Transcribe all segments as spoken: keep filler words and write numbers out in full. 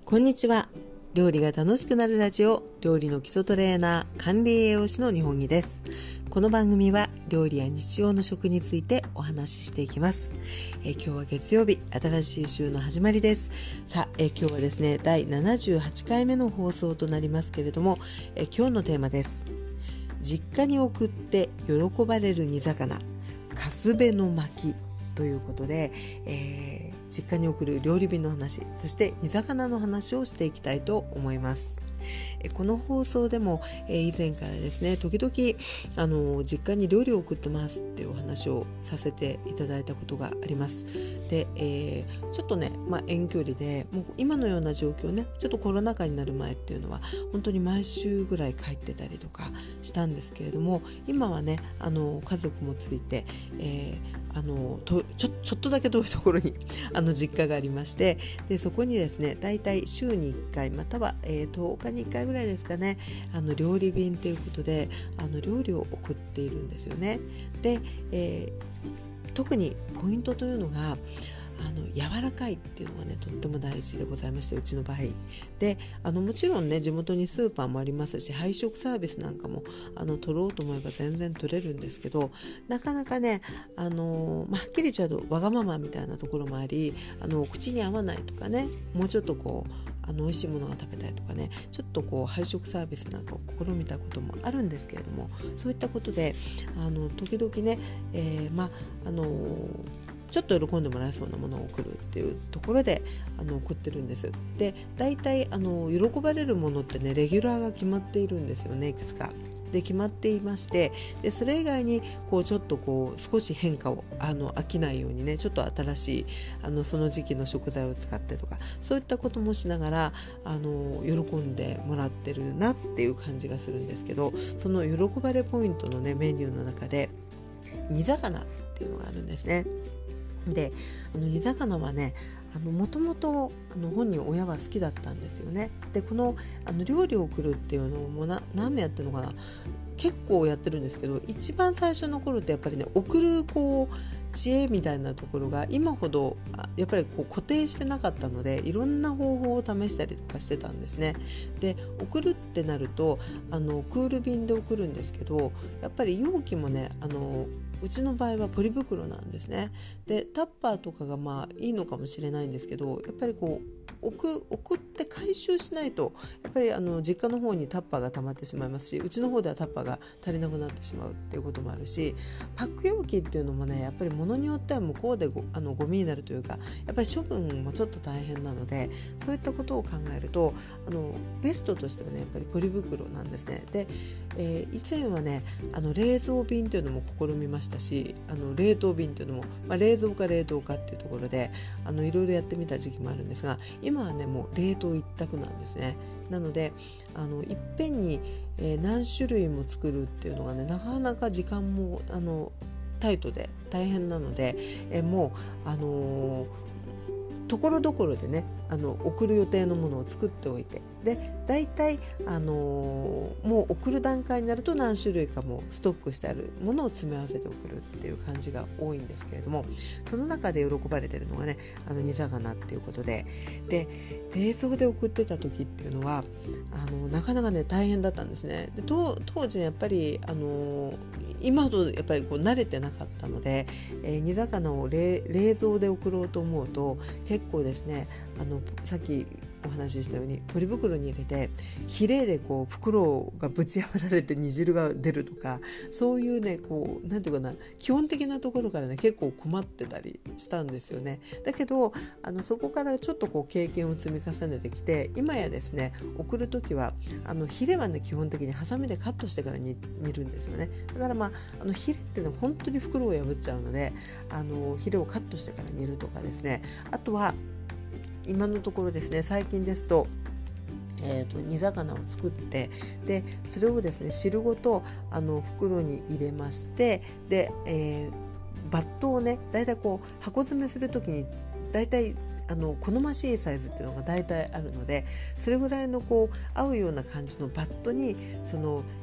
こんにちは。料理が楽しくなるラジオ、料理の基礎トレーナー、管理栄養士の日本木です。この番組は料理や日常の食についてお話ししていきます。えー、今日は月曜日、新しい週の始まりです。さあ、えー、今日はですねだいななじゅうはちかいめの放送となりますけれども、えー、今日のテーマです。実家に送って喜ばれる煮魚、かすべの巻きということで、えー、実家に送る料理便の話、そして煮魚の話をしていきたいと思います。この放送でも、えー、以前からですね時々あの実家に料理を送ってますっていうお話をさせていただいたことがあります。で、えー、ちょっとね、まあ、遠距離でもう今のような状況ね、ちょっとコロナ禍になる前っていうのは本当に毎週ぐらい帰ってたりとかしたんですけれども、今はねあの家族もついて、えーあのとちょ、ちょっとだけ遠いところにあの実家がありまして、でそこにですねだいたい週にいっかいまたは、えー、とおかにいっかいぐらいですかね、あの料理便ということであの料理を送っているんですよね。で、えー、特にポイントというのがあの柔らかいっていうのがねとっても大事でございまして、うちの場合であのもちろんね地元にスーパーもありますし、配食サービスなんかもあの取ろうと思えば全然取れるんですけど、なかなかねあの、まあ、はっきり言っちゃうとわがままみたいなところもあり、あの口に合わないとかね、もうちょっとこうあの美味しいものが食べたいとかね、ちょっとこう配食サービスなんかを試みたこともあるんですけれども、そういったことであの時々ね、えー、まああのちょっと喜んでもらえそうなものを送るっていうところであの送ってるんです。で、大体あの喜ばれるものってねレギュラーが決まっているんですよね、いくつか。で決まっていまして、でそれ以外にこうちょっとこう少し変化をあの飽きないようにね、ちょっと新しいあのその時期の食材を使ってとか、そういったこともしながらあの喜んでもらってるなっていう感じがするんですけど、その喜ばれポイントのねメニューの中で煮魚っていうのがあるんですね。であの煮魚はねもともと本人親は好きだったんですよね。でこのあの料理を送るっていうのをもうな何年やってるのかな、結構やってるんですけど、一番最初の頃ってやっぱりね送るこう知恵みたいなところが今ほどやっぱりこう固定してなかったので、いろんな方法を試したりとかしてたんですね。で送るってなるとあのクール便で送るんですけど、やっぱり容器もねあのうちの場合はポリ袋なんですね。でタッパーとかがまあいいのかもしれないんですけど、やっぱりこう送, 送って回収しないとやっぱりあの実家の方にタッパーが溜まってしまいますし、うちの方ではタッパーが足りなくなってしまうっていうこともあるし、パック容器っていうのもねやっぱり物によっては向こうで ご, あのゴミになるというか、やっぱり処分もちょっと大変なので、そういったことを考えるとあのベストとしてはねやっぱりポリ袋なんですね。で、えー、以前はねあの冷蔵便っていうのも試みましたし、あの冷凍便っていうのも、まあ、冷蔵か冷凍かっていうところであのいろいろやってみた時期もあるんですが、今はねもう冷凍一択なんですね。なのであのいっぺんに、えー、何種類も作るっていうのがねなかなか時間もあのタイトで大変なので、えー、もうあのーところどころでねあの送る予定のものを作っておいて、でだいたい、あのー、もう送る段階になると何種類かもストックしてあるものを詰め合わせて送るっていう感じが多いんですけれども、その中で喜ばれてるのがねあの煮魚っていうことで、で冷蔵で送ってた時っていうのはあのなかなかね大変だったんですね。で当時ねやっぱり、あのー、今ほどやっぱりこう慣れてなかったので、えー、煮魚を 冷, 冷蔵で送ろうと思うと結構ですねあのさっきお話ししたようにポリ袋に入れてヒレでこう袋がぶち破られて煮汁が出るとか、そういうねこうなんていうかな基本的なところからね結構困ってたりしたんですよね。だけどあのそこからちょっとこう経験を積み重ねてきて、今やですね送るときはあのヒレはね基本的にハサミでカットしてから煮るんですよね。だからまああのヒレってね本当に袋を破っちゃうので、あのヒレをカットしてから煮るとかですね、あとは今のところですね最近ですとえー、と煮魚を作って、でそれをですね汁ごとあの袋に入れまして、で、えー、バットをねだいたいこう箱詰めするときにだいたいあの好ましいサイズっていうのが大体あるので、それぐらいのこう合うような感じのバットにその、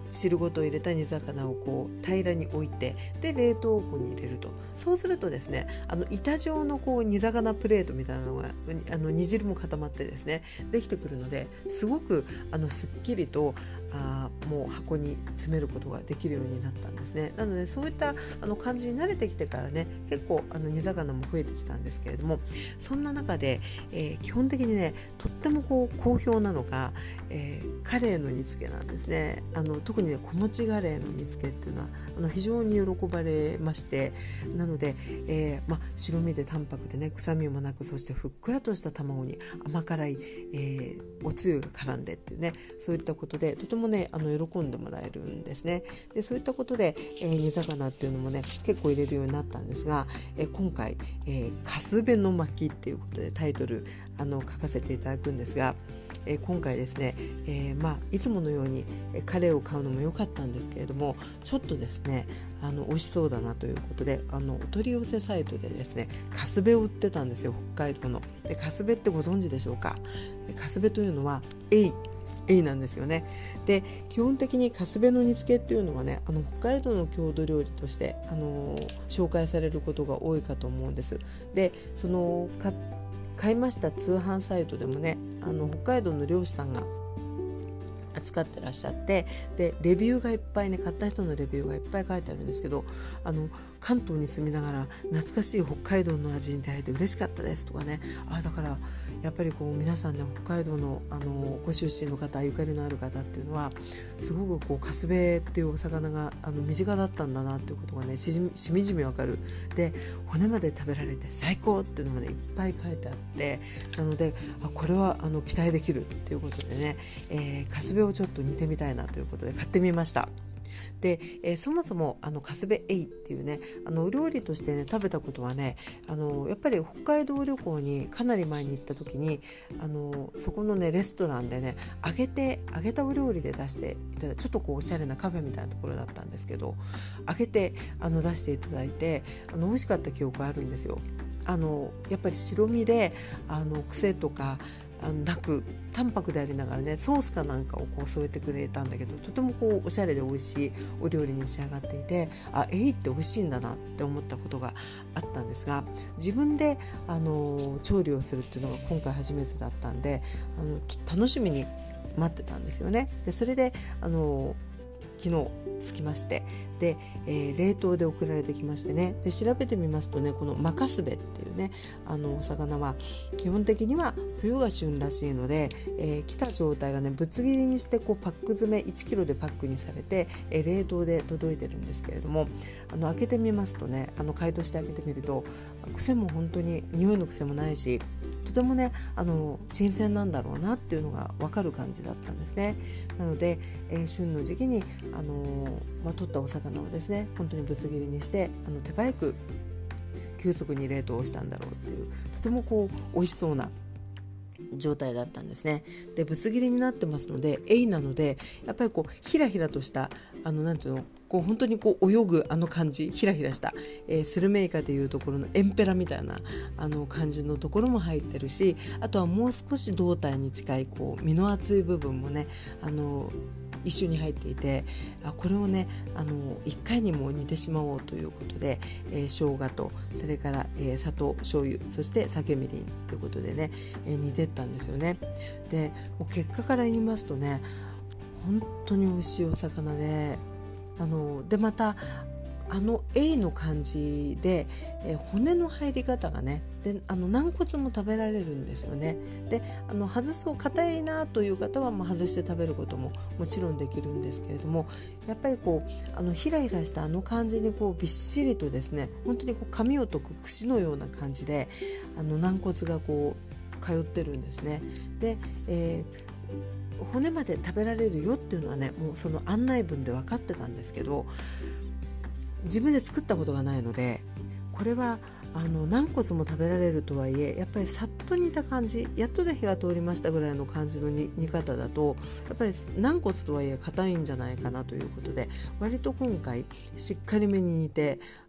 汁ごと入れた煮魚をこう平らに置いて、で冷凍庫に入れると、そうするとですね、あの板状のこう煮魚プレートみたいなのがあの煮汁も固まってですねできてくるので、すごくあのすっきりとあもう箱に詰めることができるようになったんですね。なのでそういったあの感じに慣れてきてからね、結構あの煮魚も増えてきたんですけれども、そんな中で、えー、基本的にねとってもこう好評なのが、えー、カレーの煮付けなんですね。あの特にね小餅カレーの煮付けっていうのはあの非常に喜ばれまして、なので、えーま、白身で淡白でね臭みもなく、そしてふっくらとした卵に甘辛い、えー、おつゆが絡んでっていうね、そういったことでとてもねあの喜んでもらえるんですね。でそういったことで、えー、煮魚っていうのもね結構入れるようになったんですが、えー、今回、えー、かすべの巻っていうことでタイトルあの書かせていただくんですが、えー、今回ですね、えーまあ、いつものようにカレーを買うのも良かったんですけれども、ちょっとですねあの美味しそうだなということで、あのお取り寄せサイトでですねかすべを売ってたんですよ、北海道の。でかすべってご存知でしょうか。かすべというのはエイエイなんですよね。で基本的にかすべの煮付けっていうのはね、あの北海道の郷土料理として、あのー、紹介されることが多いかと思うんです。でそのか買いました通販サイトでもね、あの北海道の漁師さんが扱ってらっしゃって、でレビューがいっぱいね、買った人のレビューがいっぱい書いてあるんですけど、あの関東に住みながら懐かしい北海道の味に出会えて嬉しかったですとかね。あだからやっぱりこう皆さんね、北海道の、あのご出身の方、ゆかりのある方っていうのはすごくこうかすべっていうお魚があの身近だったんだなっていうことがね し, しみじみわかる。で骨まで食べられて最高っていうのもねいっぱい書いてあって、なのであこれはあの期待できるっていうことでね、えー、かすべをちょっと煮てみたいなということで買ってみました。で、えー、そもそもあのかすべエイっていうね、あのお料理としてね食べたことはね、あのやっぱり北海道旅行にかなり前に行った時に、あのそこのねレストランでね揚げて揚げたお料理で出していただいて、ちょっとこうおしゃれなカフェみたいなところだったんですけど、揚げてあの出していただいて、あの美味しかった記憶があるんですよ。あのやっぱり白身であの癖とかあのなく淡白でありながらね、ソースかなんかをこう添えてくれたんだけど、とてもこうおしゃれで美味しいお料理に仕上がっていて、あエイって美味しいんだなって思ったことがあったんですが、自分であの調理をするっていうのが今回初めてだったんで、あの楽しみに待ってたんですよね。でそれであの昨日着きまして、で、えー、冷凍で送られてきましてね、で調べてみますとね、このマカスベっていうねあのお魚は基本的には冬が旬らしいので、えー、来た状態がねぶつ切りにしてこうパック詰めいちキロでパックにされて、えー、冷凍で届いてるんですけれども、あの開けてみますとね、あの解凍して開けてみると癖も本当に匂いの癖もないし、とてもねあの新鮮なんだろうなっていうのが分かる感じだったんですね。なので、えー、旬の時期にあの、まあ、取ったお魚をですね本当にぶつ切りにしてあの手早く急速に冷凍したんだろうっていう、とてもこう美味しそうな状態だったんですね。でぶつ切りになってますのでエイなので、やっぱりこうひらひらとしたあのなんていうのこう本当にこう泳ぐあの感じ、ひらひらした、えー、スルメイカというところのエンペラみたいなあの感じのところも入ってるし、あとはもう少し胴体に近いこう身の厚い部分もねあの一緒に入っていて、あこれをねあのいっかいにも煮てしまおうということで、えー、生姜とそれから、えー、砂糖醤油そして酒みりんということでね、えー、煮てったんですよね。でもう結果から言いますとね、本当に美味しいお魚で、あのでまたあのエイの感じで、えー、骨の入り方がね、であの軟骨も食べられるんですよね。であの外すと硬いなという方は、まあ、外して食べることももちろんできるんですけれども、やっぱりこうあのひらひらしたあの感じにこうびっしりとですね、本当にこう髪を解く櫛のような感じであの軟骨がこう通ってるんですね。で、えー骨まで食べられるよっていうのはね、もうその案内文で分かってたんですけど、自分で作ったことがないので、これはあの軟骨も食べられるとはいえ、やっぱりさっと煮た感じ、やっとで火が通りましたぐらいの感じの 煮, 煮方だと、やっぱり軟骨とはいえ硬いんじゃないかなということで、割と今回しっかりめに煮て、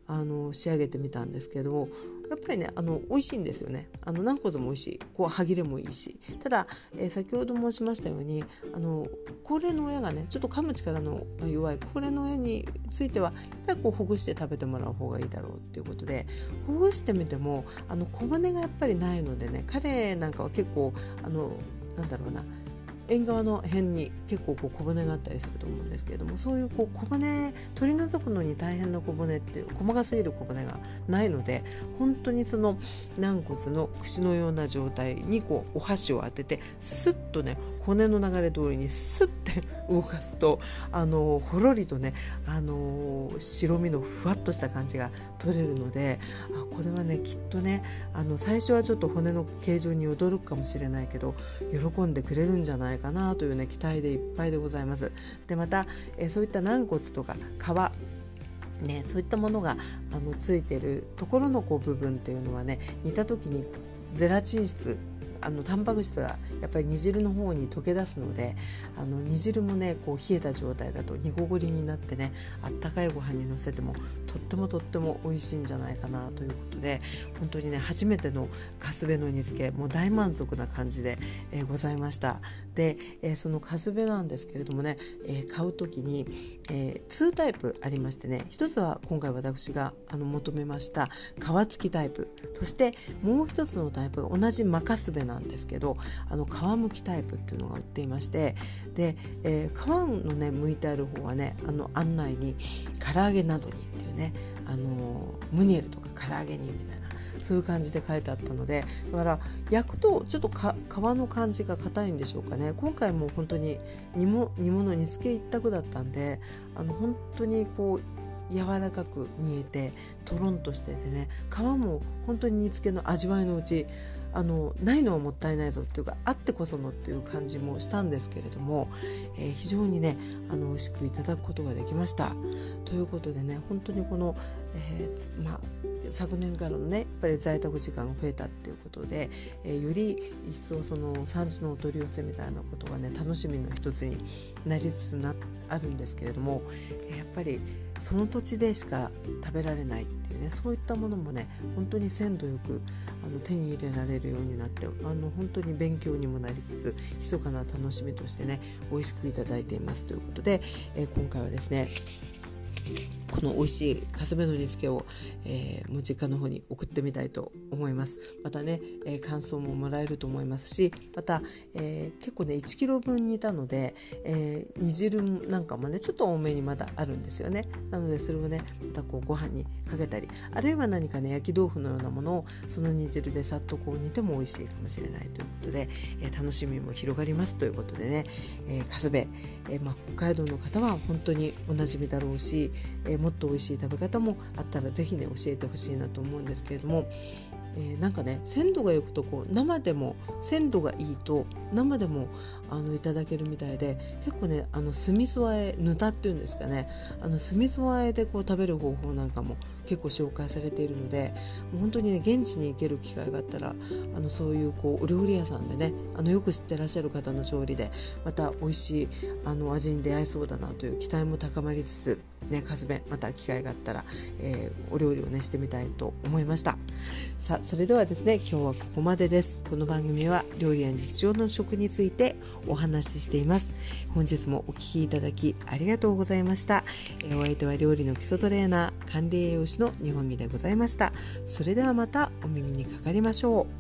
あの仕上げてみたんですけれども、やっぱりねあの美味しいんですよね。あの軟骨も美味しい、こう歯切れもいいし、ただ、えー、先ほど申しましたようにあの高齢の親がねちょっと噛む力の弱い高齢の親についてはやっぱりこうほぐして食べてもらう方がいいだろうっていうことで、ほぐしてみてもあの小骨がやっぱりないのでね、彼なんかは結構あのなんだろうな縁側の辺に結構こう小骨があったりすると思うんですけれども、そういうこう小骨取り除くのに大変な小骨っていう細かすぎる小骨がないので、本当にその軟骨の串のような状態にこうお箸を当ててスッとね骨の流れ通りにスッて動かすとあのほろりとねあの白身のふわっとした感じが取れるので、あこれはねきっとねあの最初はちょっと骨の形状に驚くかもしれないけど喜んでくれるんじゃないかなというね期待でいっぱいでございます。でまた、えそういった軟骨とか皮ね、そういったものがあのついているところのこう部分っていうのはね煮た時にゼラチン質あのタンパク質がやっぱり煮汁の方に溶け出すので、あの煮汁もねこう冷えた状態だと煮こごりになってねあったかいご飯にのせてもとってもとっても美味しいんじゃないかなということで、本当にね初めてのかすべの煮付けもう大満足な感じで、えー、ございました。で、えー、そのかすべなんですけれどもね、えー、買う時に、えー、にタイプありましてね、一つは今回私があの求めました皮付きタイプ、そしてもう一つのタイプが同じ真かすべなんですけどあの皮むきタイプっていうのが売っていまして、で、えー、皮のね剥いてある方はねあの案内に唐揚げなどにっていうねあのムニエルとか唐揚げにみたいなそういう感じで書いてあったので、だから焼くとちょっとか皮の感じが硬いんでしょうかね。今回も本当に煮も煮物煮付け一択だったんであの本当にこう柔らかく煮えてトロンとしててね、皮も本当に煮付けの味わいのうちあのないのはもったいないぞっていうかあってこそのっていう感じもしたんですけれども、えー、非常にねあの美味しくいただくことができました。ということでね本当にこの、えーまあ、昨年からのねやっぱり在宅時間が増えたっていうことで、えー、より一層その産地のお取り寄せみたいなことがね楽しみの一つになりつつなあるんですけれども、えー、やっぱりその土地でしか食べられないっていうねそういったものもね本当に鮮度よくあの手に入れられるようになってあの本当に勉強にもなりつつ密かな楽しみとしてね美味しくいただいていますということで、えー、今回はですねこの美味しいかすべの煮付けを、えー、もう実家の方に送ってみたいと思います。またね、えー、感想ももらえると思いますし、また、えー、結構ねいちキロぶん煮たので、えー、煮汁なんかもねちょっと多めにまだあるんですよね。なのでそれをねまたこうご飯にかけたり、あるいは何かね焼き豆腐のようなものをその煮汁でさっとこう煮ても美味しいかもしれないということで、えー、楽しみも広がりますということでね、えー、かすべ、えーまあ、北海道の方は本当におなじみだろうし、えーもっと美味しい食べ方もあったらぜひね教えてほしいなと思うんですけれども、えー、なんかね鮮度がよくとこう生でも鮮度がいいと生でもあのいただけるみたいで、結構ねあの酢味噌和えぬたっていうんですかね、あの酢味噌和えでこう食べる方法なんかも結構紹介されているので、もう本当にね現地に行ける機会があったらあのそういうこうお料理屋さんでねあのよく知ってらっしゃる方の調理でまた美味しいあの味に出会えそうだなという期待も高まりつつね、かすべまた機会があったら、えー、お料理をねしてみたいと思いました。さあそれではですね今日はここまでです。この番組は料理や日常の食についてお話ししています。本日もお聞きいただきありがとうございました。えー、お相手は料理の基礎トレーナー管理栄養士の日本木でございました。それではまたお耳にかかりましょう。